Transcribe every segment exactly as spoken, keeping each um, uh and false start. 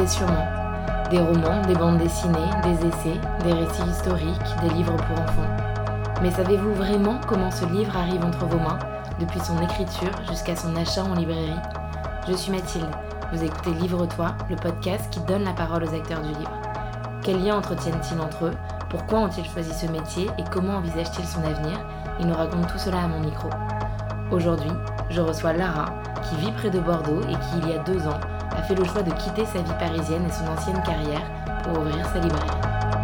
connaissez sûrement. Des romans, des bandes dessinées, des essais, des récits historiques, des livres pour enfants. Mais savez-vous vraiment comment ce livre arrive entre vos mains, depuis son écriture jusqu'à son achat en librairie ? Je suis Mathilde, vous écoutez Livre-toi, le podcast qui donne la parole aux acteurs du livre. Quels liens entretiennent-ils entre eux ? Pourquoi ont-ils choisi ce métier et comment envisagent-ils son avenir ? Ils nous racontent tout cela à mon micro. Aujourd'hui, je reçois Lara, qui vit près de Bordeaux et qui, il y a deux ans, a fait le choix de quitter sa vie parisienne et son ancienne carrière pour ouvrir sa librairie.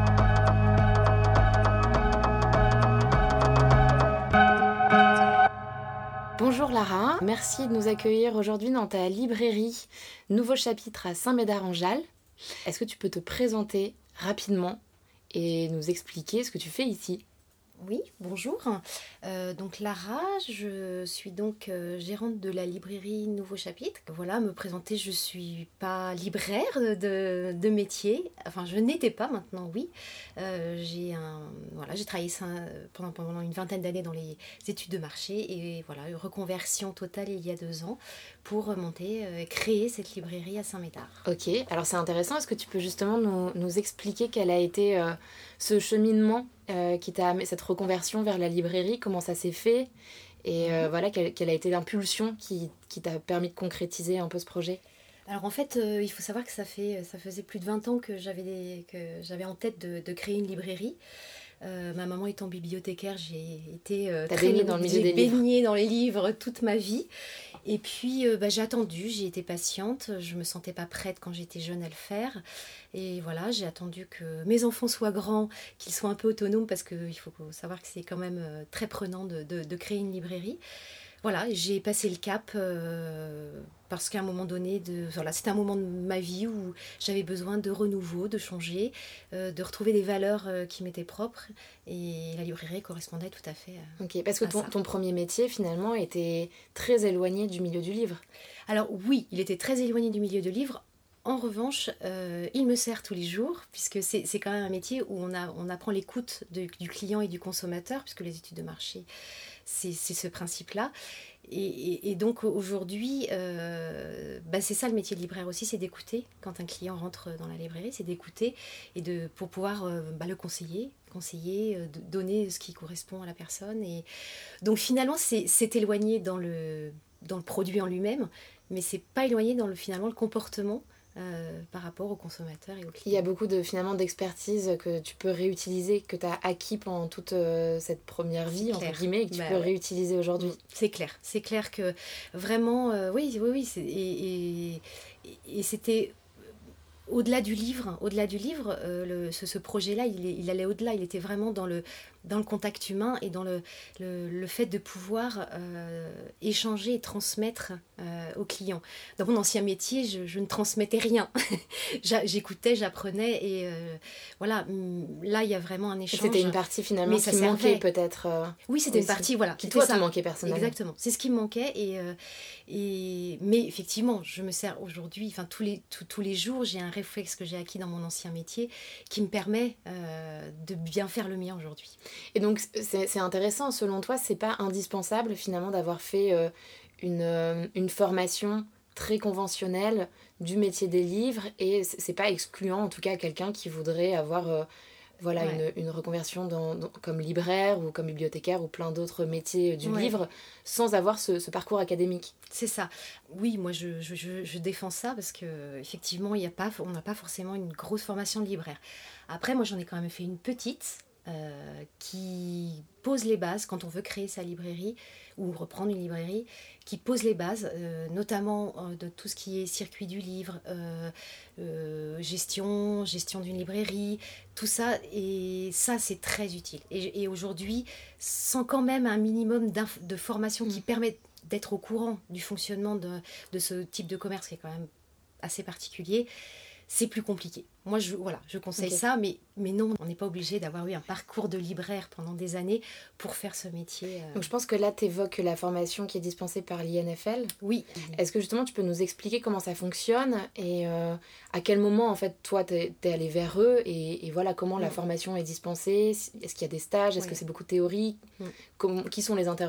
Bonjour Lara, merci de nous accueillir aujourd'hui dans ta librairie Nouveau Chapitre à Saint-Médard-en-Jalles. Est-ce que tu peux te présenter rapidement et nous expliquer ce que tu fais ici ? Oui, bonjour. Euh, donc Lara, je suis donc euh, gérante de la librairie Nouveau Chapitre. Voilà, me présenter, je suis pas libraire de, de métier. Enfin, je n'étais pas, maintenant oui. Euh, j'ai un, voilà, j'ai travaillé ça pendant, pendant une vingtaine d'années dans les études de marché et voilà, une reconversion totale il y a deux ans pour monter, euh, créer cette librairie à Saint-Médard. Ok, alors c'est intéressant. Est-ce que tu peux justement nous, nous expliquer quel a été euh, ce cheminement euh, qui t'a amené cette reconversion vers la librairie, comment ça s'est fait et euh, voilà, quelle, quelle a été l'impulsion qui, qui t'a permis de concrétiser un peu ce projet ? Alors en fait, euh, il faut savoir que ça, fait, ça faisait plus de vingt ans que j'avais, des, que j'avais en tête de, de créer une librairie. Euh, ma maman étant bibliothécaire, j'ai été euh, T'as très baigné dans le milieu j'ai des livres. baigné dans les livres toute ma vie. Et puis euh, bah, j'ai attendu, j'ai été patiente, je me sentais pas prête quand j'étais jeune à le faire. Et voilà, j'ai attendu que mes enfants soient grands, qu'ils soient un peu autonomes, parce qu'il faut savoir que c'est quand même euh, très prenant de, de, de créer une librairie. Voilà, j'ai passé le cap euh, parce qu'à un moment donné, de, voilà, c'était un moment de ma vie où j'avais besoin de renouveau, de changer, euh, de retrouver des valeurs euh, qui m'étaient propres. Et la librairie correspondait tout à fait à, Ok, parce que ton, ça. ton premier métier, finalement, était très éloigné du milieu du livre. Alors oui, il était très éloigné du milieu du livre. En revanche, euh, il me sert tous les jours, puisque c'est, c'est quand même un métier où on, a, on apprend l'écoute de, du client et du consommateur, puisque les études de marché, c'est, c'est ce principe-là. Et, et, et donc aujourd'hui, euh, bah c'est ça le métier de libraire aussi, c'est d'écouter. Quand un client rentre dans la librairie, c'est d'écouter et de, pour pouvoir euh, bah, le conseiller, conseiller, euh, de donner ce qui correspond à la personne. Et donc finalement, c'est, c'est éloigné dans le, dans le produit en lui-même, mais c'est pas éloigné dans le, finalement le comportement Euh, par rapport aux consommateurs et aux clients. Il y a beaucoup de, finalement, d'expertise que tu peux réutiliser, que tu as acquis pendant toute euh, cette première vie, entre guillemets, et que tu bah, peux ouais. réutiliser aujourd'hui. C'est clair, c'est clair que vraiment, euh, oui, oui, oui, c'est, et, et, et c'était au-delà du livre, au-delà du livre, euh, le, ce, ce projet-là, il, est, il allait au-delà, il était vraiment dans le, dans le contact humain et dans le, le, le fait de pouvoir euh, échanger et transmettre euh, aux clients. Dans mon ancien métier, je, je ne transmettais rien. J'écoutais, j'apprenais et euh, voilà, là il y a vraiment un échange. Et c'était une partie finalement mais qui manquait peut-être. Euh, oui, c'était aussi. une partie, voilà. Qui toi ça. te manquait personnellement. Exactement, c'est ce qui me manquait. Et, euh, et, mais effectivement, je me sers aujourd'hui, enfin tous les, tous, tous les jours, j'ai un réflexe que j'ai acquis dans mon ancien métier qui me permet euh, de bien faire le mien aujourd'hui. Et donc c'est, c'est intéressant, selon toi, c'est pas indispensable finalement d'avoir fait euh, une, euh, une formation très conventionnelle du métier des livres, et c'est, c'est pas excluant en tout cas quelqu'un qui voudrait avoir euh, voilà, ouais. une, une reconversion dans, dans, comme libraire ou comme bibliothécaire ou plein d'autres métiers du ouais. livre sans avoir ce, ce parcours académique. C'est ça. Oui, moi je, je, je, je défends ça parce qu'effectivement, on n'a pas forcément une grosse formation de libraire. Après, moi j'en ai quand même fait une petite euh, qui pose les bases quand on veut créer sa librairie ou reprendre une librairie, qui pose les bases, euh, notamment euh, de tout ce qui est circuit du livre, euh, euh, gestion, gestion d'une librairie, tout ça, et ça c'est très utile. Et, et aujourd'hui, sans quand même un minimum de formation qui permet d'être au courant du fonctionnement de, de ce type de commerce qui est quand même assez particulier, c'est plus compliqué. Moi, je, voilà, je conseille okay. ça, mais, mais non, on n'est pas obligé d'avoir eu un parcours de libraire pendant des années pour faire ce métier. Euh... Donc je pense que là, tu évoques la formation qui est dispensée par l'I N F L. Oui. Est-ce que justement, tu peux nous expliquer comment ça fonctionne et euh, à quel moment, en fait, toi, tu es allé vers eux et, et voilà, comment oui. la formation est dispensée ? Est-ce qu'il y a des stages ? Est-ce oui. que c'est beaucoup de théorie ? oui. Comment, Qui sont les intervenants ?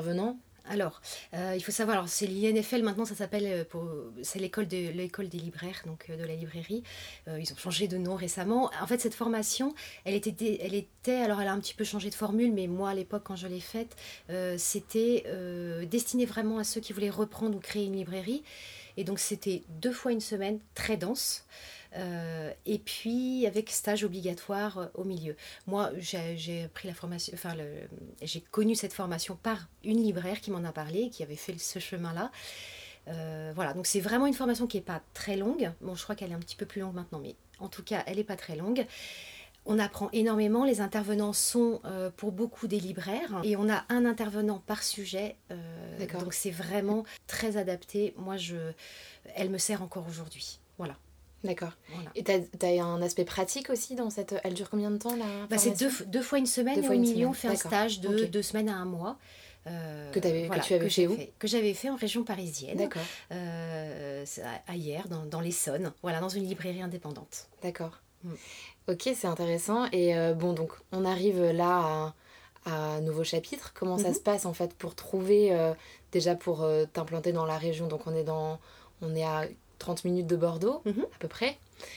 Alors, euh, il faut savoir, alors c'est l'I N F L maintenant, ça s'appelle, euh, pour, c'est l'école, de, l'école des libraires, donc euh, de la librairie. Euh, ils ont changé de nom récemment. En fait, cette formation, elle était, elle était, alors elle a un petit peu changé de formule, mais moi à l'époque quand je l'ai faite, euh, c'était euh, destiné vraiment à ceux qui voulaient reprendre ou créer une librairie. Et donc c'était deux fois une semaine, très dense. Euh, et puis avec stage obligatoire euh, au milieu. Moi, j'ai, j'ai pris la formation, enfin, le, j'ai connu cette formation par une libraire qui m'en a parlé, qui avait fait ce chemin-là. Euh, voilà, donc c'est vraiment une formation qui n'est pas très longue. Bon, je crois qu'elle est un petit peu plus longue maintenant, mais en tout cas, elle n'est pas très longue. On apprend énormément, les intervenants sont euh, pour beaucoup des libraires et on a un intervenant par sujet, euh, donc c'est vraiment très adapté. Moi, je, elle me sert encore aujourd'hui. Voilà. D'accord. Voilà. Et tu as un aspect pratique aussi dans cette... Elle dure combien de temps la bah, formation ? C'est deux, deux fois une semaine deux et au milieu semaine. On fait D'accord. un stage de okay. deux semaines à un mois. Euh, que, voilà, que tu avais que fait où ? Que j'avais fait en région parisienne. D'accord. Euh, à Hyères, dans, dans l'Essonne, voilà, dans une librairie indépendante. D'accord. Mm. Ok, c'est intéressant. Et euh, bon, donc on arrive là à, à un nouveau chapitre. Comment mm-hmm. ça se passe en fait pour trouver, euh, déjà pour euh, t'implanter dans la région ? Donc on est, dans, on est à trente minutes de Bordeaux, mm-hmm. à peu près.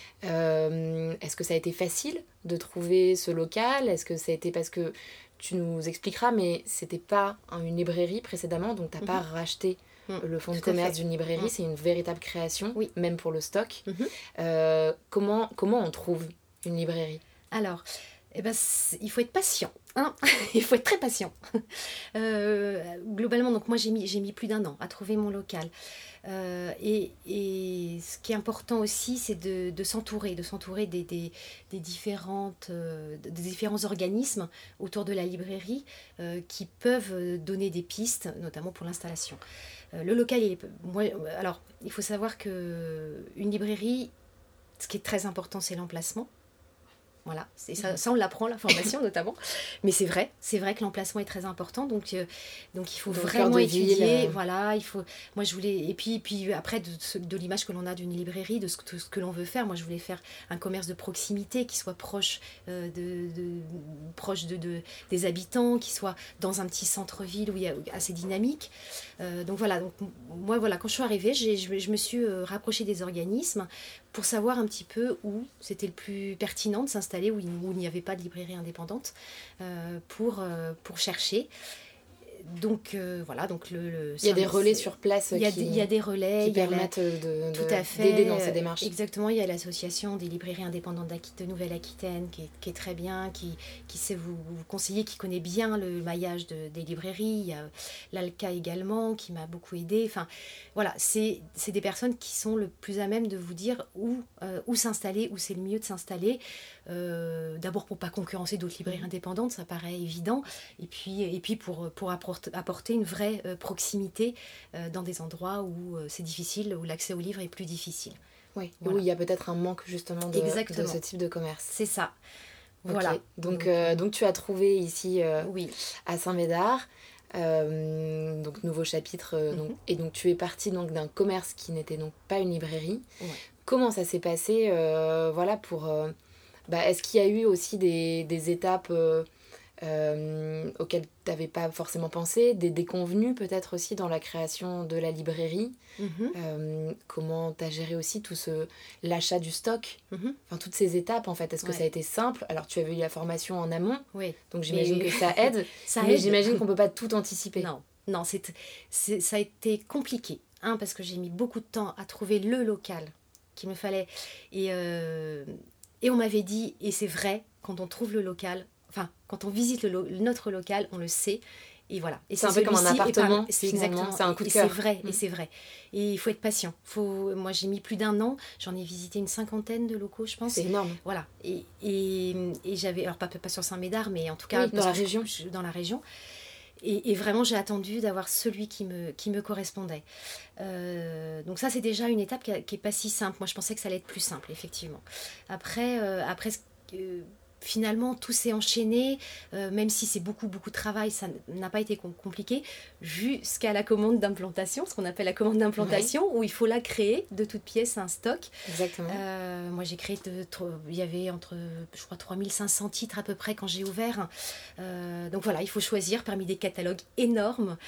Euh, est-ce que ça a été facile de trouver ce local ? Est-ce que ça a été parce que tu nous expliqueras, mais c'était pas une librairie précédemment, donc t'as mm-hmm. pas racheté mm. le fonds de commerce d'une librairie, mm. c'est une véritable création, oui. même pour le stock. Mm-hmm. Euh, comment, comment on trouve une librairie ? Alors, eh ben, il faut être patient. Hein. Il faut être très patient. Euh, globalement, donc moi j'ai mis, j'ai mis plus d'un an à trouver mon local. Euh, et, et ce qui est important aussi, c'est de, de s'entourer, de s'entourer des, des, des, différentes, euh, des différents organismes autour de la librairie euh, qui peuvent donner des pistes, notamment pour l'installation. Euh, le local, il est, moi, alors il faut savoir que une librairie, ce qui est très important, c'est l'emplacement. Voilà, c'est ça, ça on l'apprend, la formation notamment. Mais c'est vrai, c'est vrai que l'emplacement est très important. Donc, euh, donc il faut donc, vraiment étudier. Ville, euh... Voilà, il faut. Moi, je voulais. Et puis, puis après, de, de l'image que l'on a d'une librairie, de ce, de ce que l'on veut faire, moi, je voulais faire un commerce de proximité qui soit proche, euh, de, de, proche de, de, des habitants, qui soit dans un petit centre-ville où il y a assez dynamique. Euh, donc voilà, donc, moi, voilà, quand je suis arrivée, j'ai, je, je me suis euh, rapprochée des organismes pour savoir un petit peu où c'était le plus pertinent de s'installer, où il, où il n'y avait pas de librairie indépendante, euh, pour, euh, pour chercher. Donc euh, voilà, donc le, le il y a des relais sur place il y a qui, des, il y a des relais qui il y a permettent la, de, de, tout à fait, d'aider dans ces démarches. Exactement, il y a l'association des librairies indépendantes de Nouvelle-Aquitaine qui est, qui est très bien, qui, qui sait vous, vous conseiller, qui connaît bien le maillage de, des librairies. Il y a l'Alca également qui m'a beaucoup aidée. Enfin voilà, c'est, c'est des personnes qui sont le plus à même de vous dire où, euh, où s'installer, où c'est le mieux de s'installer. Euh, d'abord pour ne pas concurrencer d'autres librairies indépendantes, ça paraît évident, et puis, et puis pour, pour apporter, apporter une vraie euh, proximité euh, dans des endroits où euh, c'est difficile, où l'accès aux livres est plus difficile. Oui, voilà. Où il y a peut-être un manque justement de, de ce type de commerce. C'est ça. Okay. Voilà. Donc, donc, euh, donc tu as trouvé ici euh, oui. à Saint-Médard, euh, donc nouveau chapitre, euh, mm-hmm. donc, et donc tu es partie donc, d'un commerce qui n'était donc pas une librairie. Ouais. Comment ça s'est passé euh, voilà, pour... Euh, Bah, est-ce qu'il y a eu aussi des, des étapes euh, euh, auxquelles tu n'avais pas forcément pensé, des déconvenues peut-être aussi dans la création de la librairie? Mm-hmm. euh, Comment tu as géré aussi tout ce, l'achat du stock? Mm-hmm. Enfin, toutes ces étapes en fait, est-ce que ouais. ça a été simple? Alors tu avais eu la formation en amont, oui. donc j'imagine mais... que ça aide, ça mais aide. j'imagine qu'on ne peut pas tout anticiper. Non, non c'est, c'est, ça a été compliqué, hein, parce que j'ai mis beaucoup de temps à trouver le local qu'il me fallait. Et... Euh... Et on m'avait dit, et c'est vrai, quand on trouve le local, enfin, quand on visite le lo- notre local, on le sait. Et voilà. Et c'est, c'est un peu comme un appartement, par... c'est exactement, c'est un coup de et cœur. C'est vrai, mmh. et c'est vrai. Et il faut être patient. Faut... Moi, j'ai mis plus d'un an. J'en ai visité une cinquantaine de locaux, je pense. C'est énorme. Voilà. Et, et, et j'avais, alors pas, pas sur Saint-Médard, mais en tout cas... Oui, dans la région. Je, dans la région. Et, et vraiment, j'ai attendu d'avoir celui qui me, qui me correspondait. Euh, donc ça, c'est déjà une étape qui n'est pas si simple. Moi, je pensais que ça allait être plus simple, effectivement. Après, euh, après euh, finalement, tout s'est enchaîné, euh, même si c'est beaucoup, beaucoup de travail, ça n'a pas été com- compliqué, jusqu'à la commande d'implantation, ce qu'on appelle la commande d'implantation, oui. Où il faut là créer de toutes pièces un stock. Exactement. Euh, moi, j'ai créé, de, il y avait entre, je crois, trois mille cinq cents titres à peu près quand j'ai ouvert. Euh, donc voilà, il faut choisir parmi des catalogues énormes,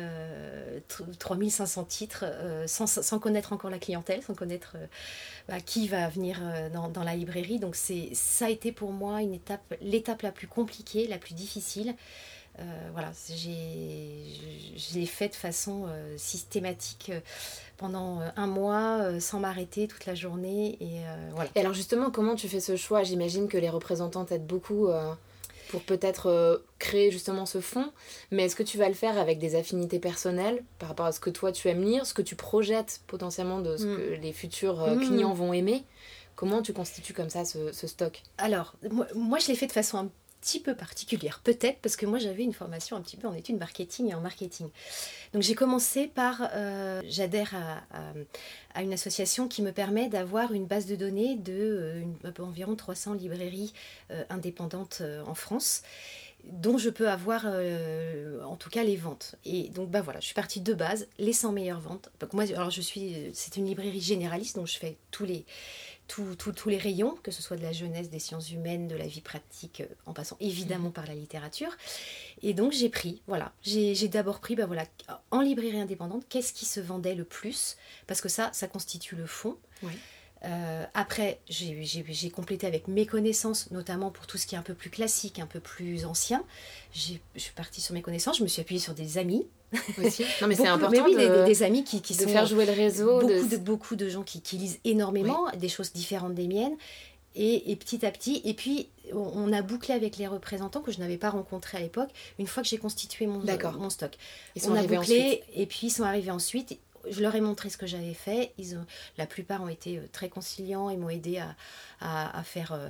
euh, trois mille cinq cents titres, euh, sans, sans connaître encore la clientèle, sans connaître euh, bah, qui va venir euh, dans, dans la librairie. Donc c'est, ça a été pour moi une étape, l'étape la plus compliquée, la plus difficile. Euh, voilà, j'ai, je l'ai fait de façon euh, systématique euh, pendant euh, un mois, euh, sans m'arrêter toute la journée. Et, euh, voilà. Et alors justement, comment tu fais ce choix ? J'imagine que les représentants t'aident beaucoup euh, pour peut-être euh, créer justement ce fonds, mais est-ce que tu vas le faire avec des affinités personnelles par rapport à ce que toi tu aimes lire, ce que tu projettes potentiellement de ce mmh. que les futurs euh, mmh. clients vont aimer ? Comment tu constitues comme ça ce, ce stock ? Alors, moi, moi je l'ai fait de façon un petit peu particulière, peut-être parce que moi j'avais une formation un petit peu en études marketing et en marketing. Donc j'ai commencé par, euh, j'adhère à, à, à une association qui me permet d'avoir une base de données de euh, une, environ trois cents librairies euh, indépendantes euh, en France, dont je peux avoir euh, en tout cas les ventes. Et donc bah voilà, je suis partie de base, les cent meilleures ventes. Donc moi, alors je suis, c'est une librairie généraliste, donc je fais tous les Tous, tous, tous les rayons, que ce soit de la jeunesse, des sciences humaines, de la vie pratique, en passant évidemment par la littérature. Et donc j'ai pris, voilà, j'ai, j'ai d'abord pris, ben voilà, en librairie indépendante, qu'est-ce qui se vendait le plus ? Parce que ça, ça constitue le fond. Oui. Euh, après, j'ai, j'ai, j'ai complété avec mes connaissances, notamment pour tout ce qui est un peu plus classique, un peu plus ancien. J'ai, je suis partie sur mes connaissances, je me suis appuyée sur des amis. Aussi. Non mais beaucoup, c'est important mais oui, de, des, des amis qui, qui de sont faire jouer le réseau. Beaucoup de, de, beaucoup de gens qui, qui lisent énormément, oui. Des choses différentes des miennes. Et, et petit à petit, et puis on, on a bouclé avec les représentants que je n'avais pas rencontrés à l'époque, une fois que j'ai constitué mon, euh, mon stock. Ils sont on a arrivés bouclé, ensuite. Et puis ils sont arrivés ensuite. Je leur ai montré ce que j'avais fait. Ils ont, la plupart ont été très conciliants et m'ont aidé à, à, à faire, euh,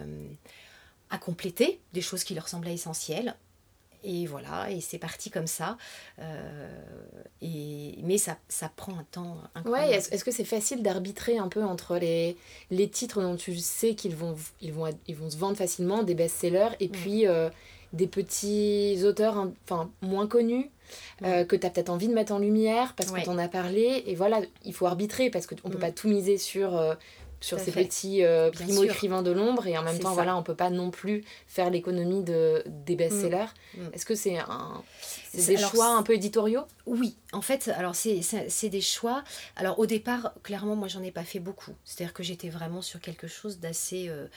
à compléter des choses qui leur semblaient essentielles. Et voilà, et c'est parti comme ça. Euh, et, mais ça, ça prend un temps incroyable. Ouais, est-ce, est-ce que c'est facile d'arbitrer un peu entre les, les titres dont tu sais qu'ils vont, ils vont, ils vont se vendre facilement, des best-sellers, et puis mmh. euh, des petits auteurs enfin, moins connus, mmh. euh, que tu as peut-être envie de mettre en lumière parce ouais. qu'on t'en a parlé. Et voilà, il faut arbitrer parce qu'on ne mmh. peut pas tout miser sur... Euh, sur ces fait. petits euh, primo-écrivains de l'ombre, et en même c'est temps, ça. Voilà, on ne peut pas non plus faire l'économie de, des best-sellers. Mmh. Est-ce que c'est, un, c'est, c'est des alors, choix un peu éditoriaux ? Oui, en fait, alors c'est, c'est, c'est des choix. Alors au départ, clairement, moi, j'en ai pas fait beaucoup. C'est-à-dire que j'étais vraiment sur quelque chose d'assez, euh,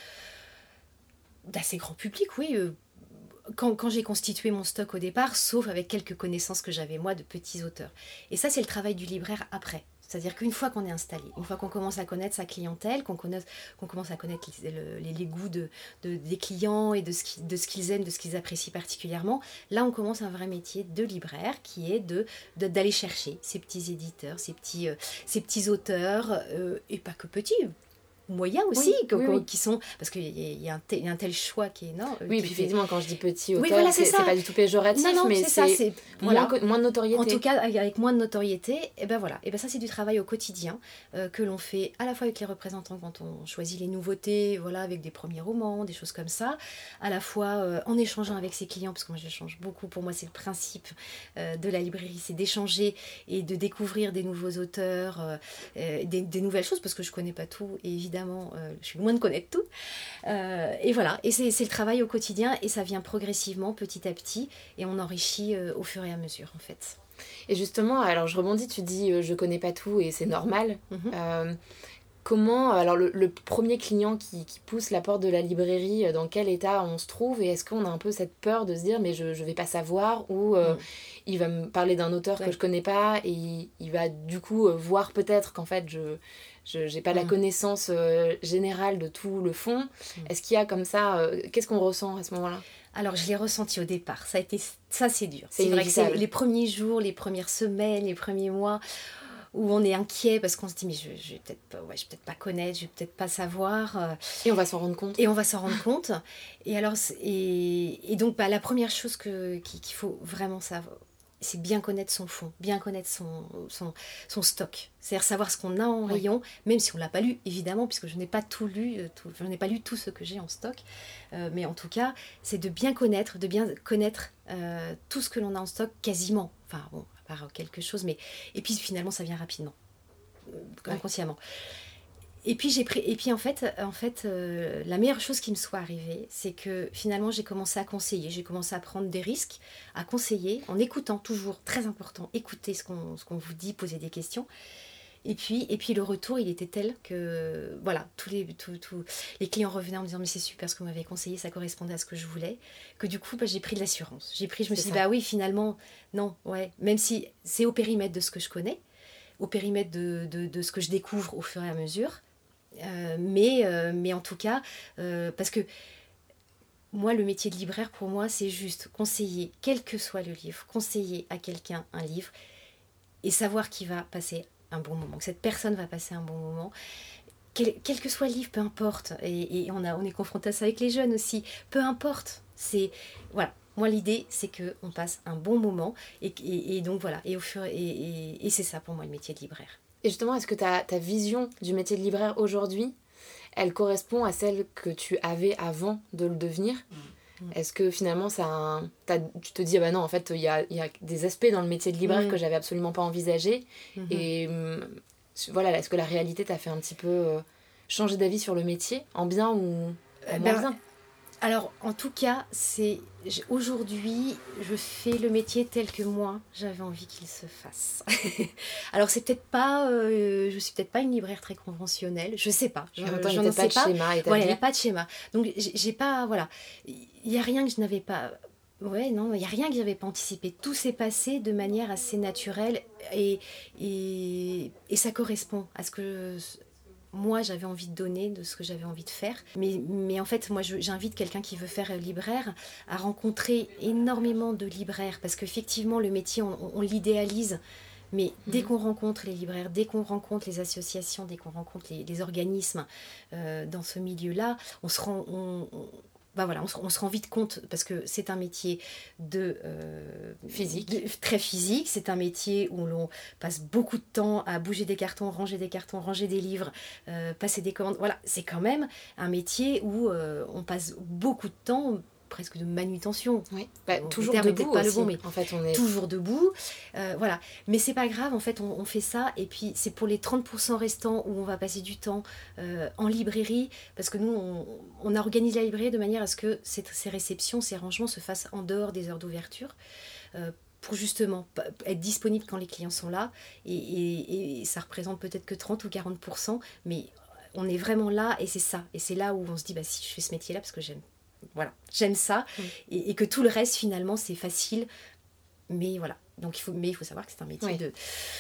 d'assez grand public, oui. Euh, Quand, quand j'ai constitué mon stock au départ, sauf avec quelques connaissances que j'avais moi de petits auteurs. Et ça, c'est le travail du libraire après. C'est-à-dire qu'une fois qu'on est installé, une fois qu'on commence à connaître sa clientèle, qu'on, connaisse, qu'on commence à connaître les, les, les goûts de, de, des clients et de ce, qui, de ce qu'ils aiment, de ce qu'ils apprécient particulièrement, là on commence un vrai métier de libraire qui est de, de, d'aller chercher ces petits éditeurs, ces petits, euh, ces petits auteurs, euh, et pas que petits, moyens aussi, oui, que, oui, oui. qui sont... Parce qu'il y, y, y a un tel choix qui est énorme. Oui, puis effectivement, quand je dis petit auteur, oui, voilà, c'est, c'est, c'est pas du tout péjoratif, non, non, mais c'est, c'est, ça, c'est moins, voilà. moins de notoriété. En tout cas, avec moins de notoriété, et ben voilà. Et ben ça, c'est du travail au quotidien euh, que l'on fait à la fois avec les représentants quand on choisit les nouveautés, voilà, avec des premiers romans, des choses comme ça, à la fois euh, en échangeant avec ses clients, parce que moi, j'échange beaucoup. Pour moi, c'est le principe euh, de la librairie, c'est d'échanger et de découvrir des nouveaux auteurs, euh, des, des nouvelles choses, parce que je connais pas tout, et évidemment, euh, je suis loin de connaître tout. Euh, et voilà, et c'est, c'est le travail au quotidien, et ça vient progressivement, petit à petit, et on enrichit euh, au fur et à mesure, en fait. Et justement, alors je rebondis, tu dis euh, je connais pas tout, et c'est normal. Mm-hmm. Euh, comment, alors le, le premier client qui, qui pousse la porte de la librairie, dans quel état on se trouve, et est-ce qu'on a un peu cette peur de se dire mais je, je vais pas savoir, ou euh, mm. il va me parler d'un auteur ouais. que je connais pas, et il, il va du coup euh, voir peut-être qu'en fait je... Je n'ai pas mmh. la connaissance euh, générale de tout le fond. Mmh. Est-ce qu'il y a comme ça... Euh, qu'est-ce qu'on ressent à ce moment-là ? Alors, je l'ai ressenti au départ. Ça, a été, ça c'est dur. C'est, c'est vrai que c'est les premiers jours, les premières semaines, les premiers mois où on est inquiet parce qu'on se dit mais je, je vais peut-être pas, ouais, je vais peut-être pas connaître, je vais peut-être pas savoir. Et on va s'en rendre compte. Et on va s'en rendre compte. Et, alors, et, et donc, bah, la première chose que, qu'il faut vraiment savoir... c'est bien connaître son fond, bien connaître son, son, son stock. C'est-à-dire savoir ce qu'on a en oui. rayon, même si on ne l'a pas lu, évidemment, puisque je n'ai pas tout lu, tout, je n'ai pas lu tout ce que j'ai en stock. Euh, mais en tout cas, c'est de bien connaître, de bien connaître euh, tout ce que l'on a en stock, quasiment. Enfin, bon, à part quelque chose, mais... Et puis, finalement, ça vient rapidement, euh, inconsciemment. Ouais. Et puis, j'ai pris... Et puis en fait, en fait euh, la meilleure chose qui me soit arrivée, c'est que finalement, j'ai commencé à conseiller. J'ai commencé à prendre des risques, à conseiller, en écoutant toujours, très important, écouter ce qu'on, ce qu'on vous dit, poser des questions. Et puis, et puis le retour, il était tel que, voilà, tous les, tous, tous, les clients revenaient en me disant « mais c'est super ce que vous m'avez conseillé, ça correspondait à ce que je voulais », que du coup, bah, j'ai pris de l'assurance. J'ai pris, je me c'est suis dit « bah oui, finalement, non, ouais », même si c'est au périmètre de ce que je connais, au périmètre de, de, de ce que je découvre au fur et à mesure, Euh, mais, euh, mais en tout cas, euh, parce que moi, le métier de libraire, pour moi, c'est juste conseiller, quel que soit le livre, conseiller à quelqu'un un livre et savoir qu'il va passer un bon moment, que cette personne va passer un bon moment. Quel, quel que soit le livre, peu importe. Et, et on, a, on est confronté à ça avec les jeunes aussi. Peu importe. C'est, voilà. Moi, l'idée, c'est qu'on passe un bon moment. Et, et, et donc, voilà. Et, au fur, et, et, et c'est ça, pour moi, le métier de libraire. Et justement, est-ce que ta, ta vision du métier de libraire aujourd'hui, elle correspond à celle que tu avais avant de le devenir ? Mmh. Est-ce que finalement, ça a un... tu te dis, ah bah non, en fait, il y a, y a des aspects dans le métier de libraire mmh. que j'avais absolument pas envisagé. Mmh. Et voilà, est-ce que la réalité t'a fait un petit peu euh, changer d'avis sur le métier, en bien ou en moins ben, bien ? Alors, en tout cas, c'est aujourd'hui, je fais le métier tel que moi, j'avais envie qu'il se fasse. Alors, c'est peut-être pas, euh, je suis peut-être pas une libraire très conventionnelle, je sais pas. Je, en même temps, j'en il n'y a pas de pas. schéma établi. Voilà, il n'y a pas de schéma. Donc, j'ai, j'ai pas, voilà, il y a rien que je n'avais pas. Ouais, non, il n'y a rien que j'avais pas anticipé. Tout s'est passé de manière assez naturelle et et, et ça correspond à ce que moi j'avais envie de donner, de ce que j'avais envie de faire. Mais, mais en fait, moi je, j'invite quelqu'un qui veut faire libraire à rencontrer énormément de libraires parce qu'effectivement le métier on, on, on l'idéalise. Mais mmh. dès qu'on rencontre les libraires, dès qu'on rencontre les associations, dès qu'on rencontre les, les organismes euh, dans ce milieu-là, on se rend... On, on, bah voilà, on se, on se rend vite compte parce que c'est un métier de, euh, physique. De, très physique. C'est un métier où l'on passe beaucoup de temps à bouger des cartons, ranger des cartons, ranger des livres, euh, passer des commandes. Voilà, c'est quand même un métier où euh, on passe beaucoup de temps, presque de manutention. Oui, bah, bon, toujours debout pas aussi. Le bon, mais en fait, on est toujours debout. Euh, voilà, mais c'est pas grave. En fait, on, on fait ça et puis c'est pour les trente pour cent restants où on va passer du temps euh, en librairie parce que nous, on, on organise la librairie de manière à ce que ces, ces réceptions, ces rangements se fassent en dehors des heures d'ouverture. Euh, pour justement être disponible quand les clients sont là et, et, et ça représente peut-être que trente ou quarante pour cent, mais on est vraiment là et c'est ça. Et c'est là où on se dit, bah si je fais ce métier-là parce que j'aime Voilà, j'aime ça mmh. et, et que tout le reste finalement c'est facile, mais voilà. Donc il faut, mais il faut savoir que c'est un métier oui. de,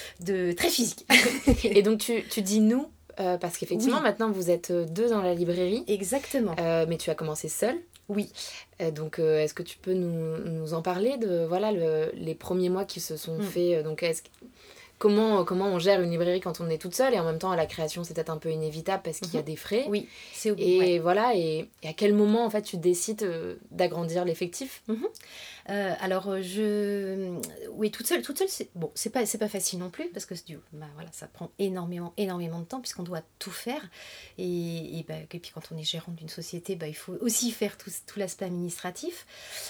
de très physique. Et donc tu, tu dis nous euh, parce qu'effectivement oui. maintenant vous êtes deux dans la librairie. Exactement. Euh, mais tu as commencé seule. Oui. Euh, donc euh, est-ce que tu peux nous, nous en parler de voilà le, les premiers mois qui se sont mmh. faits. Donc est-ce Comment, comment on gère une librairie quand on est toute seule et en même temps à la création c'est peut-être un peu inévitable parce qu'il mmh. y a des frais. Oui, c'est et ouais. voilà et, et à quel moment en fait tu décides euh, d'agrandir l'effectif. mmh. euh, Alors je oui toute seule toute seule c'est bon c'est pas c'est pas facile non plus parce que du bah voilà ça prend énormément énormément de temps puisqu'on doit tout faire et et, bah, et puis quand on est gérant d'une société bah il faut aussi faire tout tout l'aspect administratif.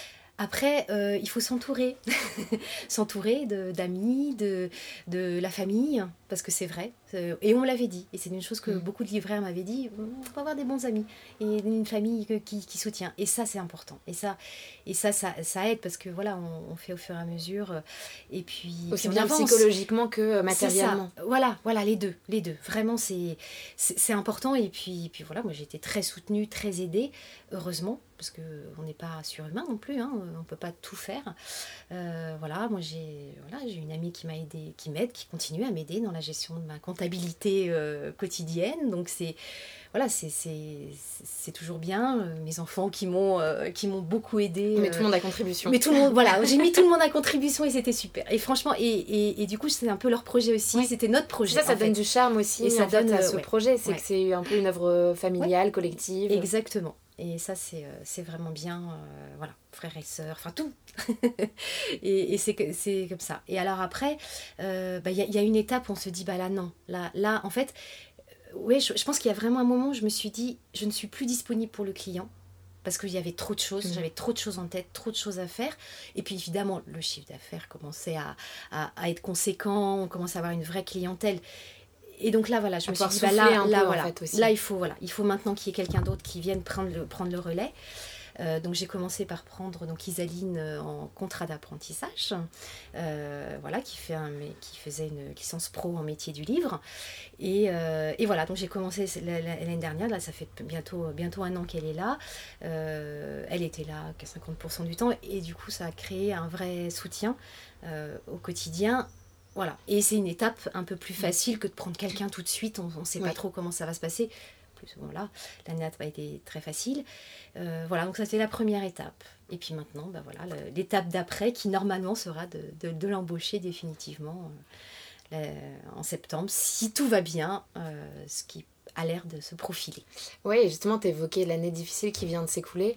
Après, euh, il faut s'entourer, s'entourer de, d'amis, de, de la famille, parce que c'est vrai. Euh, et on me l'avait dit. Et c'est une chose que mmh. beaucoup de libraires m'avaient dit. Il faut avoir des bons amis et une famille que, qui, qui soutient. Et ça, c'est important. Et ça, et ça, ça, ça aide parce que voilà, on, on fait au fur et à mesure. Et puis, aussi puis bien avance. psychologiquement que matériellement. Voilà, voilà, les deux, les deux. Vraiment, c'est, c'est, c'est important. Et puis, puis voilà, moi, j'ai été très soutenue, très aidée, heureusement. Parce qu'on n'est pas surhumain non plus, hein, on ne peut pas tout faire. Euh, voilà, moi j'ai, voilà, j'ai une amie qui m'a aidé, qui m'aide, qui continue à m'aider dans la gestion de ma comptabilité euh, quotidienne. Donc c'est, voilà, c'est, c'est, c'est toujours bien. Mes enfants qui m'ont, euh, qui m'ont beaucoup aidé. Mais euh, tout le monde à contribution. Mais tout le monde, voilà, j'ai mis tout le monde à contribution et c'était super. Et franchement, et, et, et du coup, c'était un peu leur projet aussi, oui. C'était notre projet. Ça, ça donne fait. du charme aussi et ça donne fait, à euh, ce ouais. projet, c'est ouais. que c'est un peu une œuvre familiale, ouais. collective. Exactement. Et ça, c'est, euh, c'est vraiment bien. Euh, voilà, frères et sœurs, enfin tout. et et c'est, que- c'est comme ça. Et alors après, il euh, bah, y, a, y a une étape où on se dit, bah là, non. Là, là en fait, oui, je, je pense qu'il y a vraiment un moment où je me suis dit, je ne suis plus disponible pour le client. Parce qu'il y avait trop de choses, Mmh. j'avais trop de choses en tête, trop de choses à faire. Et puis évidemment, le chiffre d'affaires commençait à, à, à être conséquent, on commençait à avoir une vraie clientèle. Et donc là, voilà, je À me suis pouvoir dit, bah souffler là, un là, peu, voilà, en fait, aussi. là, il faut, voilà, il faut maintenant qu'il y ait quelqu'un d'autre qui vienne prendre le, prendre le relais. Euh, donc j'ai commencé par prendre donc Isaline euh, en contrat d'apprentissage, euh, voilà, qui, fait un, mais, qui faisait une licence pro en métier du livre. Et, euh, et voilà, donc j'ai commencé la- la- l'année dernière, là ça fait bientôt, bientôt un an qu'elle est là. Euh, elle était là qu'à cinquante pour cent du temps et du coup ça a créé un vrai soutien euh, au quotidien. Voilà, et c'est une étape un peu plus facile que de prendre quelqu'un tout de suite, on ne sait Oui. pas trop comment ça va se passer. Plus, voilà, l'année n'a pas été très facile. Euh, voilà, donc ça c'était la première étape. Et puis maintenant, bah voilà, le- l'étape d'après qui normalement sera de, de, de l'embaucher définitivement euh, la- en septembre, si tout va bien, euh, ce qui a l'air de se profiler. Oui, justement, tu évoquais l'année difficile qui vient de s'écouler.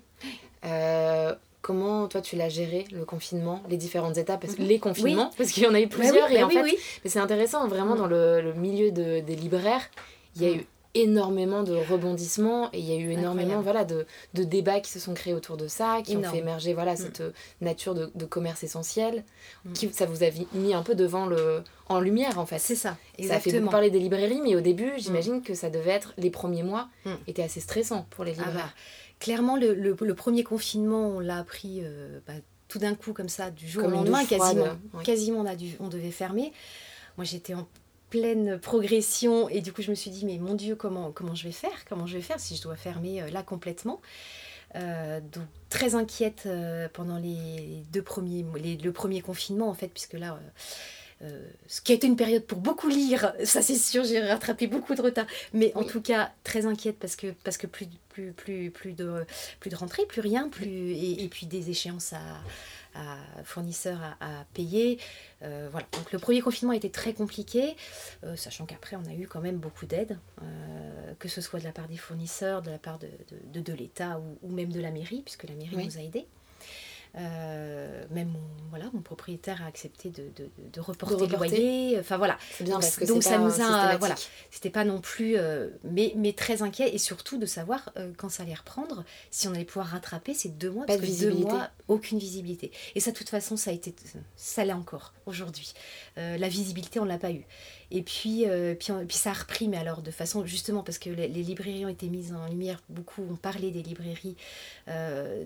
Euh, comment, toi, tu l'as géré, le confinement, les différentes étapes, parce que Mhm. les confinements, Oui. parce qu'il y en a eu Ouais, plusieurs, oui, et bah en oui, fait, oui. mais c'est intéressant, vraiment, Mm. dans le, le milieu de, des libraires, il y a Mm. eu énormément de rebondissements, et il y a eu énormément Incroyable. voilà, de, de débats qui se sont créés autour de ça, qui Énorme. ont fait émerger voilà, Mm. cette euh, nature de, de commerce essentiel, Mm. qui, ça vous a vi- mis un peu devant le, en lumière, en fait. C'est ça, Ça a fait exactement. beaucoup parler des librairies, mais au début, j'imagine que ça devait être, les premiers mois, Mm. étaient assez stressants pour les Ah libraires. bah, clairement, le, le, le premier confinement, on l'a appris euh, bah, tout d'un coup, comme ça, du jour Comme au une lendemain, douche froide, quasiment. ouais. Quasiment, on, a dû, on devait fermer. Moi, j'étais en pleine progression et du coup, je me suis dit, mais mon Dieu, comment, comment je vais faire Comment je vais faire si je dois fermer euh, là complètement Euh, donc, très inquiète euh, pendant les deux premiers, les, le premier confinement, en fait, puisque là... Euh, Euh, ce qui a été une période pour beaucoup lire, ça c'est sûr, j'ai rattrapé beaucoup de retard, mais en Oui. tout cas très inquiète parce que, parce que plus, plus, plus, plus, de, plus de rentrée, plus rien, plus, et, et puis des échéances à, à fournisseurs à, à payer. Euh, voilà. Donc le premier confinement a été très compliqué, euh, sachant qu'après on a eu quand même beaucoup d'aide, euh, que ce soit de la part des fournisseurs, de la part de, de, de, de l'État ou, ou même de la mairie, puisque la mairie Oui. nous a aidés. Euh, même mon, voilà, mon propriétaire a accepté de, de, de reporter, De reporter. les loyers. Enfin voilà. C'est bien Donc, parce que donc c'est ça pas nous a, systématique. voilà, c'était pas non plus, euh, mais, mais très inquiet et surtout de savoir euh, quand ça allait reprendre, si on allait pouvoir rattraper ces deux mois, Pas parce de que visibilité. deux mois, aucune visibilité. Et ça, de toute façon, ça a été, ça l'est encore aujourd'hui. Euh, la visibilité, on l'a pas eu. Et puis, euh, puis, on- puis ça a repris, mais alors de façon justement parce que les, les librairies ont été mises en lumière, beaucoup ont parlé des librairies. Euh,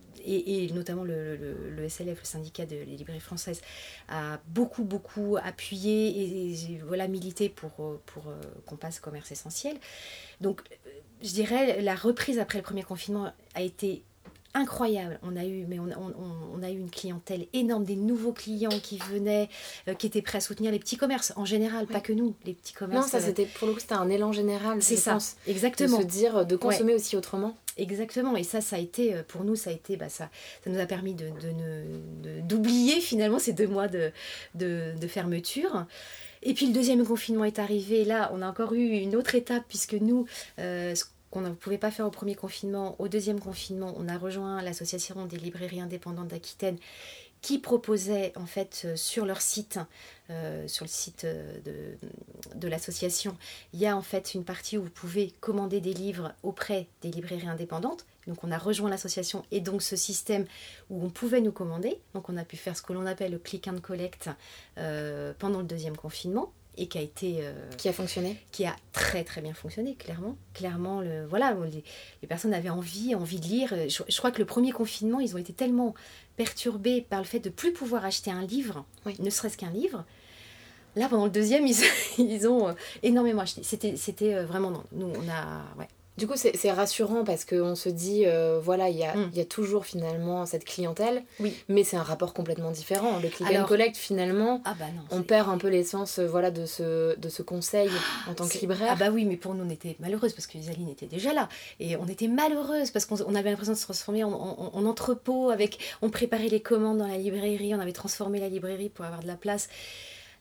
et, et notamment le, le, le S L F, le syndicat des librairies françaises, a beaucoup, beaucoup appuyé et, et voilà, milité pour, pour euh, qu'on passe au commerce essentiel. Donc, je dirais, la reprise après le premier confinement a été incroyable. On a eu, mais on, on, on a eu une clientèle énorme, des nouveaux clients qui venaient, euh, qui étaient prêts à soutenir les petits commerces en général, Oui. pas que nous, les petits commerces. Non, ça c'était pour le coup c'était un élan général. C'est je ça, pense, exactement. de se dire de consommer aussi autrement. Exactement, et ça, ça a été, pour nous, ça a été, bah, ça, ça nous a permis de, de, de, de, d'oublier finalement ces deux mois de, de, de fermeture. Et puis le deuxième confinement est arrivé, là, on a encore eu une autre étape, puisque nous, euh, ce qu'on ne pouvait pas faire au premier confinement, au deuxième confinement, on a rejoint l'association des librairies indépendantes d'Aquitaine, qui proposait en fait euh, sur leur site, euh, sur le site de, de l'association, il y a en fait une partie où vous pouvez commander des livres auprès des librairies indépendantes. Donc on a rejoint l'association et donc ce système où on pouvait nous commander. Donc on a pu faire ce que l'on appelle le click and collect euh, pendant le deuxième confinement. Et qui a été euh, qui a fonctionné qui a très très bien fonctionné, clairement clairement le voilà, les, les personnes avaient envie envie de lire. Je, je crois que le premier confinement, ils ont été tellement perturbés par le fait de plus pouvoir acheter un livre, oui. ne serait-ce qu'un livre. Là, pendant le deuxième, ils, ils ont euh, énormément acheté. C'était, c'était euh, vraiment non. Nous, on a ouais. Du coup, c'est, c'est rassurant parce qu'on se dit, euh, voilà, il y a, Mm. y a toujours finalement cette clientèle, Oui. mais c'est un rapport complètement différent. Le click Alors, and collect, finalement, ah bah non, on c'est... perd un peu l'essence euh, voilà, de, ce, de ce conseil en tant que C'est... libraire. Ah bah oui, mais pour nous, on était malheureuse parce que Isaline était déjà là. Et on était malheureuse parce qu'on on avait l'impression de se transformer en, en, en entrepôt. Avec, on préparait les commandes dans la librairie, on avait transformé la librairie pour avoir de la place.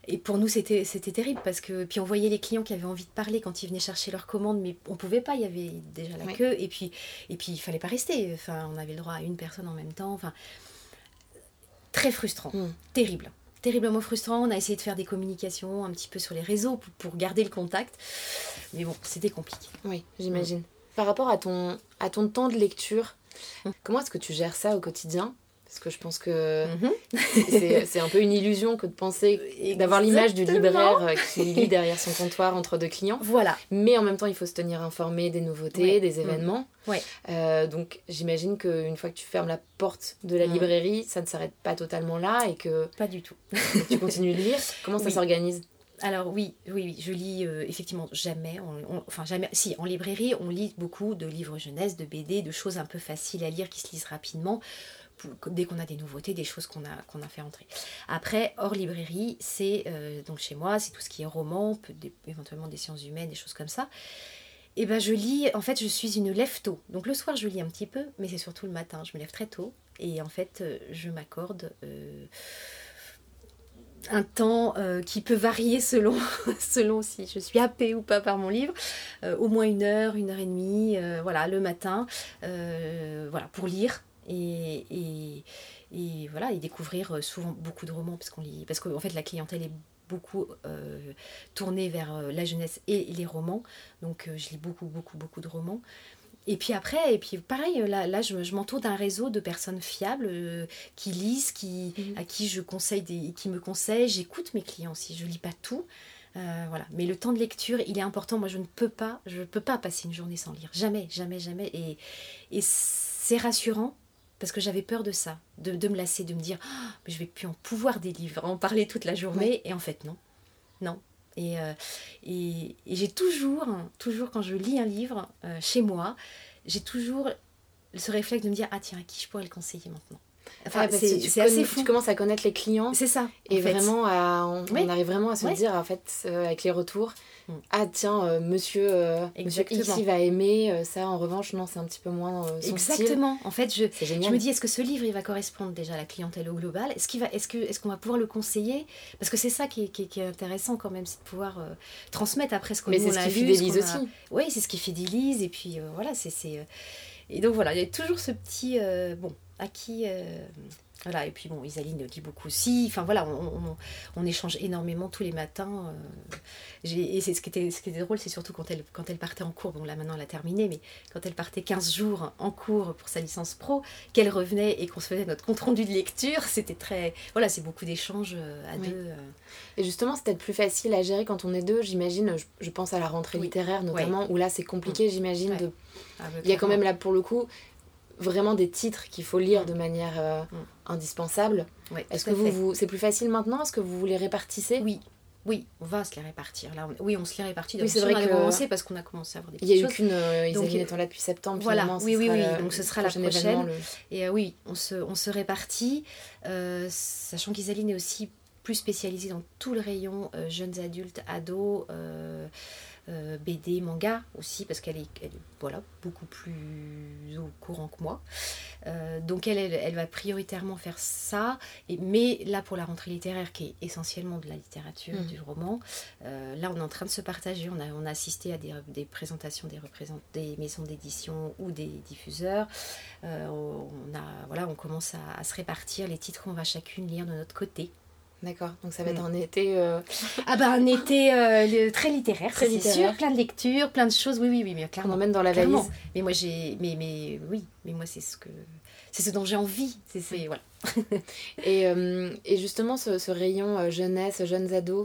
Et pour nous, c'était, c'était terrible parce que puis on voyait les clients qui avaient envie de parler quand ils venaient chercher leurs commandes, mais on pouvait pas, il y avait déjà la Oui. queue, et puis, et puis il fallait pas rester. Enfin, on avait le droit à une personne en même temps. Enfin, très frustrant, Mm. terrible. Terriblement frustrant. On a essayé de faire des communications un petit peu sur les réseaux pour, pour garder le contact. Mais bon, c'était compliqué. Oui, j'imagine. Mm. Par rapport à ton, à ton temps de lecture, mm. comment est-ce que tu gères ça au quotidien ? Parce que je pense que mm-hmm. c'est, c'est un peu une illusion que de penser, Exactement. D'avoir l'image du libraire qui lit derrière son comptoir entre deux clients. Voilà. Mais en même temps, il faut se tenir informé des nouveautés, ouais. des événements. Mmh. Ouais. Euh, donc j'imagine qu'une fois que tu fermes la porte de la mmh. librairie, ça ne s'arrête pas totalement là et que... Pas du tout. tu continues de lire. Comment ça oui. s'organise ? Alors oui, oui, oui, je lis euh, effectivement jamais, on, on, enfin jamais, si en librairie on lit beaucoup de livres jeunesse, de B D, de choses un peu faciles à lire qui se lisent rapidement. Dès qu'on a des nouveautés, des choses qu'on a, qu'on a fait entrer. Après, hors librairie, c'est euh, donc chez moi, c'est tout ce qui est roman, peut, des, éventuellement des sciences humaines, des choses comme ça. Et ben je lis, en fait, je suis une lève-tôt. Donc le soir, je lis un petit peu, mais c'est surtout le matin. Je me lève très tôt et en fait, euh, je m'accorde euh, un temps euh, qui peut varier selon, selon si je suis happée ou pas par mon livre. Euh, au moins une heure, une heure et demie, euh, voilà, le matin, euh, voilà, pour lire. Et, et, et voilà, et découvrir souvent beaucoup de romans parce qu'on lit, parce qu'en fait la clientèle est beaucoup euh, tournée vers euh, la jeunesse et les romans, donc euh, je lis beaucoup beaucoup beaucoup de romans. Et puis après, et puis pareil, là, là je, je m'entoure d'un réseau de personnes fiables euh, qui lisent, qui, mmh. à qui je conseille, des, qui me conseillent, j'écoute mes clients aussi, je lis pas tout. Euh, voilà. Mais le temps de lecture, il est important. Moi, je ne peux pas, je peux pas passer une journée sans lire, jamais, jamais, jamais. Et, et c'est rassurant. Parce que j'avais peur de ça, de, de me lasser, de me dire oh, mais je vais plus en pouvoir des livres, en parler toute la journée. Oui. Et en fait, non. Non. Et, euh, et, et j'ai toujours, toujours, quand je lis un livre euh, chez moi, j'ai toujours ce réflexe de me dire ah tiens, à qui je pourrais le conseiller maintenant. Enfin, ouais, c'est, c'est assez fou. Tu commences à connaître les clients. C'est ça. Et vraiment, à, on, oui. on arrive vraiment à se ouais. dire, en fait, euh, avec les retours, mm. ah tiens, euh, monsieur, euh, monsieur X va aimer, euh, ça en revanche, non, c'est un petit peu moins euh, son Exactement. style. En fait, je, je me dis, est-ce que ce livre, il va correspondre déjà à la clientèle au global ? Est-ce, qu'il va, est-ce, que, est-ce qu'on va pouvoir le conseiller ? Parce que c'est ça qui est, qui est, qui est intéressant quand même, c'est de pouvoir euh, transmettre après ce qu'on, Mais nous, c'est on ce a qui lu. fidélise aussi. A... Oui, c'est ce qui fidélise. Et puis euh, voilà, c'est... c'est euh... Et donc voilà, il y a toujours ce petit... Euh, bon, à qui... Euh... Voilà, et puis bon, Isaline lit beaucoup aussi. Enfin voilà, on, on, on échange énormément tous les matins. Euh, j'ai, et c'est, ce, qui était, ce qui était drôle, c'est surtout quand elle, quand elle partait en cours. Bon, là maintenant elle a terminé, mais quand elle partait quinze jours en cours pour sa licence pro, qu'elle revenait et qu'on se faisait notre compte-rendu de lecture, c'était très. Voilà, c'est beaucoup d'échanges à oui. deux. Euh. Et justement, c'est peut-être plus facile à gérer quand on est deux, j'imagine. Je, je pense à la rentrée oui. littéraire notamment, oui. où là c'est compliqué, mmh. j'imagine. Ouais. De... Ah, il y a quand même là pour le coup. Vraiment des titres qu'il faut lire mmh. de manière euh, mmh. indispensable. Ouais, Est-ce que vous, vous, c'est plus facile maintenant ? Est-ce que vous vous les répartissez ? Oui, oui, on va se les répartir. Là, on, oui, on se les répartit. Oui, c'est vrai on a que commencé parce qu'on a commencé à avoir des petites choses. Il n'y a choses. eu qu'une euh, Isaline étant là depuis septembre. Voilà, oui, oui, oui. Le, donc ce sera la prochaine. Le... Et euh, oui, on se, on se répartit, euh, sachant qu'Isaline est aussi plus spécialisée dans tout le rayon euh, jeunes adultes, ados. Euh, Euh, B D, manga aussi, parce qu'elle est, elle est voilà, beaucoup plus au courant que moi. Euh, donc elle, elle, elle va prioritairement faire ça. Et, mais là, pour la rentrée littéraire, qui est essentiellement de la littérature, mmh. du roman, euh, là, on est en train de se partager. On a, on a assisté à des, des présentations des, représent- des maisons d'édition ou des diffuseurs. Euh, on, a, voilà, on commence à, à se répartir les titres qu'on va chacune lire de notre côté. D'accord, donc ça va être un été... Euh... Ah bah un été euh, très littéraire, très c'est littéraire. sûr, plein de lectures, plein de choses, oui, oui, oui, mais clairement. On emmène dans la valise. Clairement. Mais moi j'ai... Mais, mais oui, mais moi c'est ce que... C'est ce dont j'ai envie, c'est... c'est voilà. et, euh, et justement, ce, ce rayon euh, jeunesse, jeunes ados,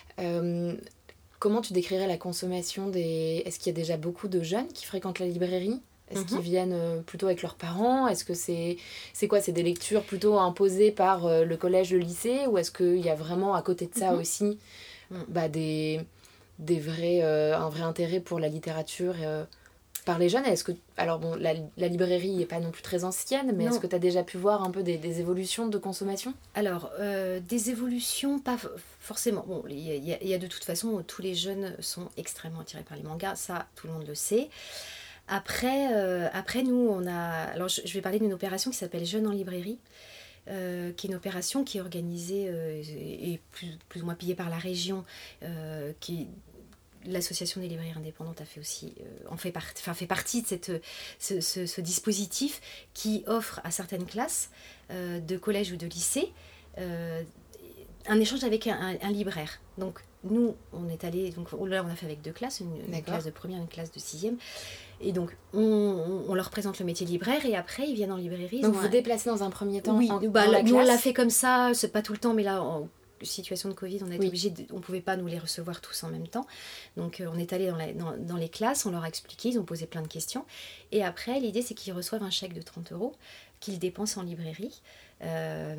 euh, comment tu décrirais la consommation des... Est-ce qu'il y a déjà beaucoup de jeunes qui fréquentent la librairie ? Est-ce mm-hmm. qu'ils viennent plutôt avec leurs parents ? Est-ce que c'est, c'est quoi ? C'est des lectures plutôt imposées par euh, le collège, le lycée ? Ou est-ce qu'il y a vraiment à côté de ça mm-hmm. aussi bah, des, des vrais, euh, un vrai intérêt pour la littérature euh, par les jeunes ? Est-ce que, alors bon, la, la librairie n'est pas non plus très ancienne, mais non. Est-ce que tu as déjà pu voir un peu des, des évolutions de consommation ? Alors, euh, des évolutions, pas forcément. Bon, il y, y, y a de toute façon, tous les jeunes sont extrêmement attirés par les mangas, ça, tout le monde le sait. Après, euh, après, nous, on a... Alors, je, je vais parler d'une opération qui s'appelle Jeunes en librairie, euh, qui est une opération qui est organisée euh, et plus, plus ou moins payée par la région, euh, qui l'association des libraires indépendantes a fait aussi, euh, en fait, part, enfin, fait partie de cette, ce, ce, ce dispositif qui offre à certaines classes euh, de collège ou de lycée euh, un échange avec un, un, un libraire. Donc nous, on est allé, donc là on a fait avec deux classes, une, une classe de première et une classe de sixième. Et donc, on, on, on leur présente le métier de libraire et après, ils viennent en librairie. Donc, vous un... déplacez dans un premier temps oui, en, bah, dans la nous, classe. on l'a fait comme ça, c'est pas tout le temps, mais là, en situation de Covid, on a été oui. obligé de, on pouvait pas nous les recevoir tous en même temps. Donc, euh, on est allé dans, la, dans, dans les classes, on leur a expliqué, ils ont posé plein de questions. Et après, l'idée, c'est qu'ils reçoivent un chèque de trente euros qu'ils dépensent en librairie. Euh,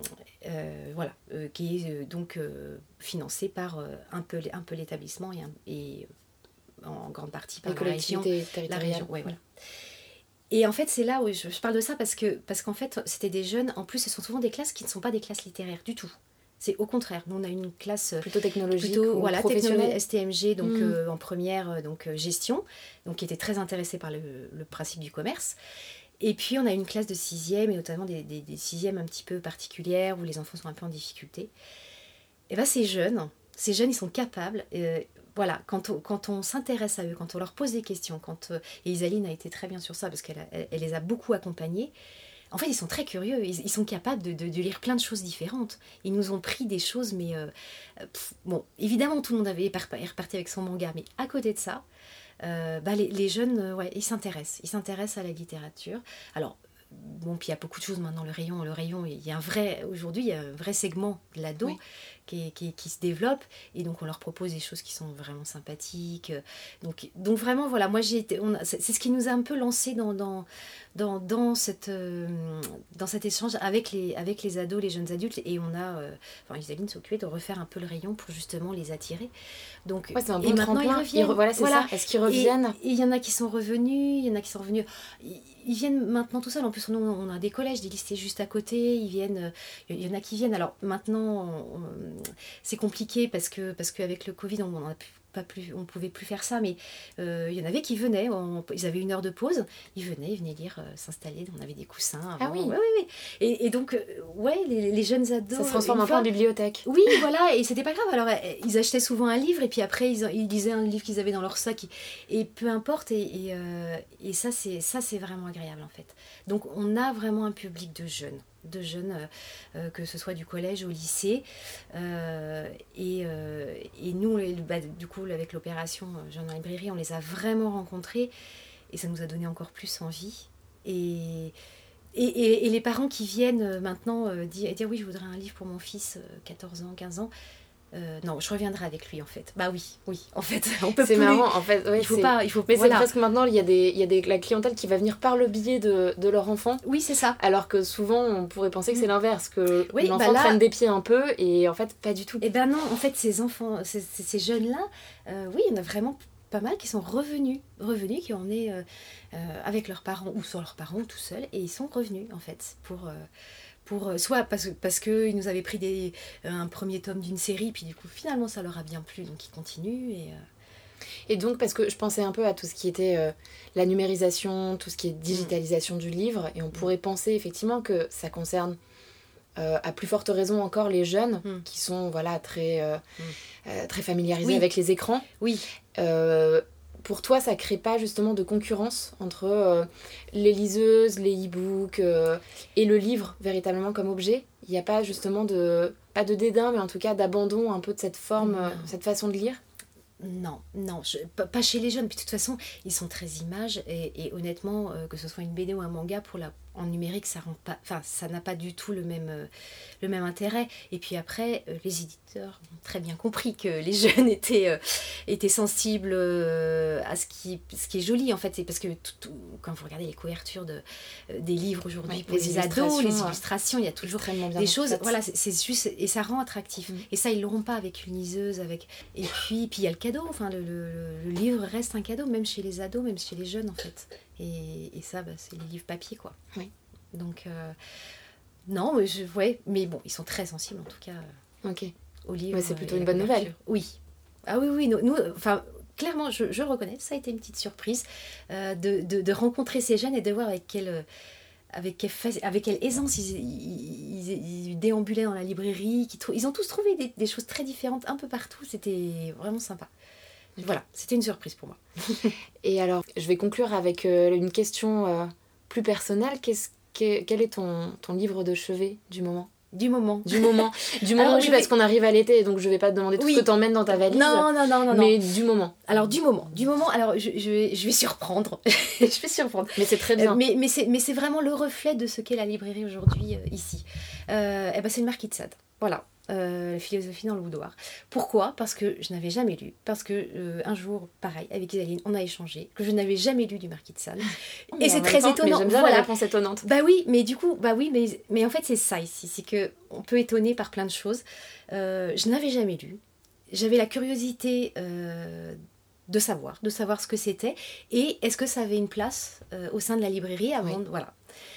euh, voilà, euh, qui est euh, donc euh, financé par euh, un peu, un peu l'établissement et, un, et en grande partie par les la région. La région, ouais, voilà. Et en fait, c'est là où je, je parle de ça parce que parce qu'en fait, c'était des jeunes. En plus, ce sont souvent des classes qui ne sont pas des classes littéraires du tout. C'est au contraire. Nous, on a une classe plutôt technologique, plutôt, ou voilà, professionnelle. S T M G, donc mmh. euh, en première, donc euh, gestion, donc qui était très intéressée par le, le principe du commerce. Et puis, on a une classe de sixième, et notamment des, des, des sixièmes un petit peu particulières, où les enfants sont un peu en difficulté. Et bien, ces jeunes, ces jeunes, ils sont capables... Euh, Voilà, quand on, quand on s'intéresse à eux, quand on leur pose des questions, quand, euh, et Isaline a été très bien sur ça parce qu'elle a, elle, elle les a beaucoup accompagnés, en fait ils sont très curieux, ils, ils sont capables de, de, de lire plein de choses différentes. Ils nous ont pris des choses, mais euh, pff, bon, évidemment tout le monde avait est reparti avec son manga, mais à côté de ça, euh, bah, les, les jeunes, euh, ouais, ils s'intéressent, ils s'intéressent à la littérature. Alors, bon, puis il y a beaucoup de choses maintenant, le rayon, le rayon, il y a un vrai, aujourd'hui, il y a un vrai segment de l'ado oui. qui, qui, qui se développe, et donc on leur propose des choses qui sont vraiment sympathiques. Donc, donc vraiment, voilà, moi j'ai été, on a, c'est, c'est ce qui nous a un peu lancé dans, dans, dans, dans, cette, euh, dans cet échange avec les, avec les ados, les jeunes adultes, et on a, euh, enfin, Isaline s'est occupée de refaire un peu le rayon pour justement les attirer. Donc, ouais, c'est un bon et maintenant ils reviennent. Ils re, voilà, c'est voilà. ça. Est-ce qu'ils reviennent ? Et il y en a qui sont revenus, il y en a qui sont revenus. Ils, ils viennent maintenant tout seuls. En plus, on, on a des collèges, des lycées juste à côté. Ils viennent. Il y en a qui viennent. Alors maintenant, on, on, c'est compliqué parce que parce qu'avec le Covid, on n'a pas plus, on pouvait plus faire ça. Mais euh, il y en avait qui venaient. On, ils avaient une heure de pause. Ils venaient, ils venaient lire, euh, s'installer. On avait des coussins. Avant. Ah oui. Ouais, ouais, ouais. Et, et donc, euh, ouais, les, les jeunes ados. Ça se transforme un peu en bibliothèque. Oui, voilà. Et c'était pas grave. Alors, ils achetaient souvent un livre et puis après, ils, ils lisaient un livre qu'ils avaient dans leur sac. Et, et peu importe. Et, et, euh, et ça, c'est ça, c'est vraiment agréable en fait. Donc, on a vraiment un public de jeunes. de jeunes, euh, euh, que ce soit du collège au lycée. Euh, et, euh, et nous, bah, du coup, avec l'opération Jeunes en librairie, on les a vraiment rencontrés et ça nous a donné encore plus envie. Et, et, et, et les parents qui viennent maintenant euh, dire, dire « oui, je voudrais un livre pour mon fils, euh, quatorze ans, quinze ans », Euh, non, je reviendrai avec lui en fait. Bah oui, oui, en fait, on peut c'est plus. marrant, en fait. Ouais, il faut c'est... pas, il faut. Mais voilà. c'est presque maintenant, il y a des, il y a des, la clientèle qui va venir par le biais de, de leur enfant. Oui, c'est ça. Alors que souvent, on pourrait penser que c'est l'inverse, que oui, l'enfant bah là... traîne des pieds un peu, et en fait, pas du tout. Eh ben non, en fait, ces enfants, ces, ces jeunes-là, euh, oui, il y en a vraiment pas mal qui sont revenus, revenus, qui en est euh, euh, avec leurs parents ou sans leurs parents tout seuls, et ils sont revenus en fait pour. Euh, Pour, soit parce, parce qu'ils nous avaient pris des, un premier tome d'une série, puis du coup finalement ça leur a bien plu, donc ils continuent. Et, euh... et donc parce que je pensais un peu à tout ce qui était euh, la numérisation, tout ce qui est digitalisation mmh. du livre, et on pourrait penser effectivement que ça concerne euh, à plus forte raison encore les jeunes mmh. qui sont voilà, très, euh, mmh. euh, très familiarisés oui. avec les écrans. Oui. Euh, Pour toi, ça crée pas justement de concurrence entre euh, les liseuses, les e-books euh, et le livre véritablement comme objet ? Il n'y a pas justement de, pas de dédain, mais en tout cas d'abandon un peu de cette forme, euh, cette façon de lire ? Non, non, je, pas, pas chez les jeunes. Puis de toute façon, ils sont très images et, et honnêtement, euh, que ce soit une B D ou un manga, pour la, en numérique, ça rend pas, enfin, ça n'a pas du tout le même, euh, le même intérêt. Et puis après, euh, les éditeurs ont très bien compris que les jeunes étaient, euh, étaient sensibles euh, à ce qui, ce qui est joli en fait. C'est parce que tout, tout, quand vous regardez les couvertures de, euh, des livres aujourd'hui ouais, pour les, les ados, les illustrations, il y a toujours des choses. Fait. Voilà, c'est, c'est juste et ça rend attractif. Mmh. Et ça, ils l'auront pas avec une liseuse, avec. Et puis, puis il y a le cadeau. Enfin, le, le, le livre reste un cadeau, même chez les ados, même chez les jeunes en fait. Et, et ça, bah, c'est les livres papier, quoi. Oui. Donc, euh, non, je, ouais, mais bon, ils sont très sensibles en tout cas euh, ok. aux livres. Ouais, c'est plutôt une bonne nouvelle. Oui. Ah oui, oui, nous, nous enfin, clairement, je, je reconnais, ça a été une petite surprise euh, de, de, de rencontrer ces jeunes et de voir avec quelle, avec quelle, avec quelle aisance ils, ils, ils, ils déambulaient dans la librairie. Qui trou... Ils ont tous trouvé des, des choses très différentes un peu partout. C'était vraiment sympa. Voilà, c'était une surprise pour moi. Et alors, je vais conclure avec euh, une question euh, plus personnelle. Qu'est-ce que, quel est ton, ton livre de chevet du moment ? Du moment. Du moment. Du moment, alors, oui, vais... parce qu'on arrive à l'été, donc je vais pas te demander tout oui. ce que t'emmènes dans ta valise. Non, non, non, non. Mais non. du moment. Alors, du moment. Du moment, alors je, je, vais, je vais surprendre. je vais surprendre. Mais c'est très bien. Euh, mais, mais, c'est, mais c'est vraiment le reflet de ce qu'est la librairie aujourd'hui, euh, ici. Euh, et ben, c'est le Marquis de Sade. Voilà. Euh, la philosophie dans le boudoir. Pourquoi ? Parce que je n'avais jamais lu. Parce que euh, un jour, pareil, avec Isaline, on a échangé, que je n'avais jamais lu du Marquis de Sade. Oh, et c'est très temps, étonnant. Mais j'aime bien voilà. la réponse étonnante. Bah oui, mais du coup, bah oui, mais, mais en fait c'est ça ici, c'est que on peut étonner par plein de choses. Euh, je n'avais jamais lu. J'avais la curiosité euh, de savoir, de savoir ce que c'était et est-ce que ça avait une place euh, au sein de la librairie avant, oui. Voilà.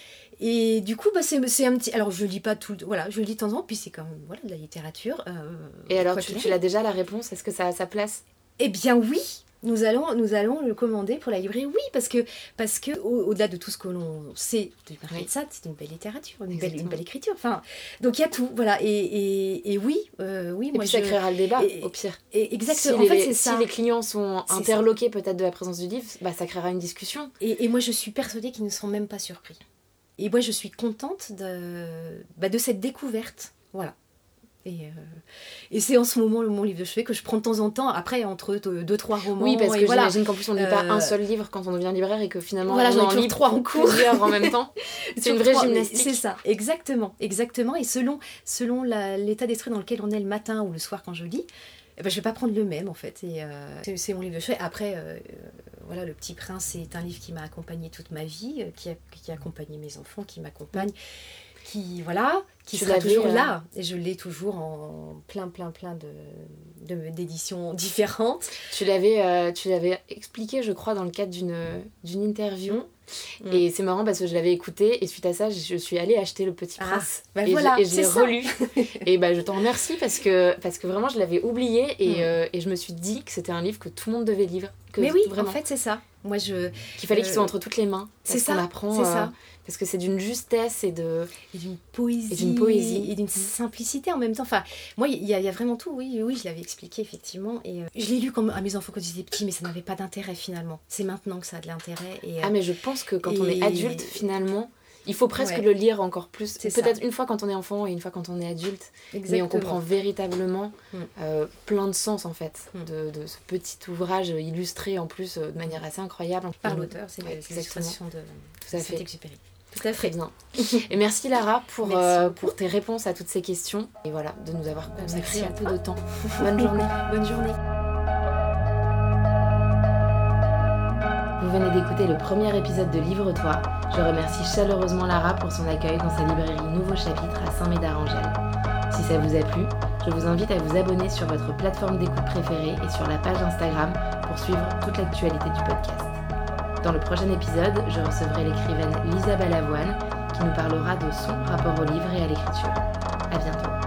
Et du coup, bah, c'est, c'est un petit... Alors, je lis pas tout... Voilà, je lis de temps en temps, puis c'est quand même voilà, de la littérature. Euh, et alors, tu, tu l'as déjà la réponse ? Est-ce que ça a sa place ? Eh bien, oui. Nous allons, nous allons le commander pour la librairie, oui, parce que, parce que au, au-delà de tout ce que l'on sait du Marquis de Sade, c'est une belle littérature, une belle, une belle écriture. Enfin, donc il y a tout, voilà. Et, et, et oui, euh, oui, et moi puis je... ça créera le débat, et, au pire. Et exactement. Si, en les, fait, c'est si ça. les clients sont c'est interloqués ça. Peut-être de la présence du livre, bah, ça créera une discussion. Et, et moi, je suis persuadée qu'ils ne seront même pas surpris. Et moi, je suis contente de, bah, de cette découverte, voilà. Et, euh, et c'est en ce moment le, mon livre de chevet que je prends de temps en temps, après entre deux, deux trois romans. Oui, parce que voilà. j'imagine qu'en plus on ne lit euh... pas un seul livre quand on devient libraire et que finalement voilà, on j'en en lit trois en cours. plusieurs en même temps. C'est une vraie trois, gymnastique. C'est ça, exactement, exactement. Et selon, selon la, l'état d'esprit dans lequel on est le matin ou le soir quand je lis, eh ben, je ne vais pas prendre le même en fait. Et, euh, c'est, c'est mon livre de chevet. Après, euh, voilà, Le Petit Prince, c'est un livre qui m'a accompagnée toute ma vie, qui a, qui a accompagné mes enfants, qui m'accompagne. Qui, voilà, qui tu sera toujours euh... là. Et je l'ai toujours en plein, plein, plein de, de, d'éditions différentes. Tu l'avais, euh, tu l'avais expliqué, je crois, dans le cadre d'une, d'une interview. Mmh. Et c'est marrant parce que je l'avais écouté et suite à ça, je suis allée acheter Le Petit Prince. Ah, bah et, voilà, je, et je l'ai ça. relu. Et bah, je t'en remercie parce que, parce que vraiment, je l'avais oublié et, mmh. euh, et je me suis dit que c'était un livre que tout le monde devait lire. Que Mais oui, vraiment. En fait, c'est ça. Moi, je, qu'il fallait euh, qu'il soit entre toutes les mains. C'est ça. Qu'on apprend, c'est euh, ça. Parce que c'est d'une justesse et, de... et d'une poésie. Et d'une poésie. Et d'une simplicité en même temps. Enfin, moi, il y, y a vraiment tout. Oui, oui, je l'avais expliqué, effectivement. Et euh, je l'ai lu comme à mes enfants quand ils étaient petits, mais ça n'avait pas d'intérêt, finalement. C'est maintenant que ça a de l'intérêt. Et, euh, ah, mais je pense que quand et... on est adulte, finalement, il faut presque ouais. le lire encore plus. C'est Peut-être ça. Une fois quand on est enfant et une fois quand on est adulte. Exactement. Mais on comprend véritablement mm. euh, plein de sens, en fait, mm. de, de ce petit ouvrage illustré, en plus, euh, de manière assez incroyable. Par l'auteur, c'est ouais, l'illustration de Saint-Exupéry. Tout à fait. Très bien. Et merci Lara pour, merci euh, pour tes réponses à toutes ces questions et voilà, de nous avoir consacré un peu de temps. Bonne journée. Bonne journée. Vous venez d'écouter le premier épisode de Livre-toi. Je remercie chaleureusement Lara pour son accueil dans sa librairie Nouveau Chapitre à Saint-Médard-en-Gel. Si ça vous a plu, je vous invite à vous abonner sur votre plateforme d'écoute préférée et sur la page Instagram pour suivre toute l'actualité du podcast. Dans le prochain épisode, je recevrai l'écrivaine Lisa Balavoine qui nous parlera de son rapport au livre et à l'écriture. À bientôt.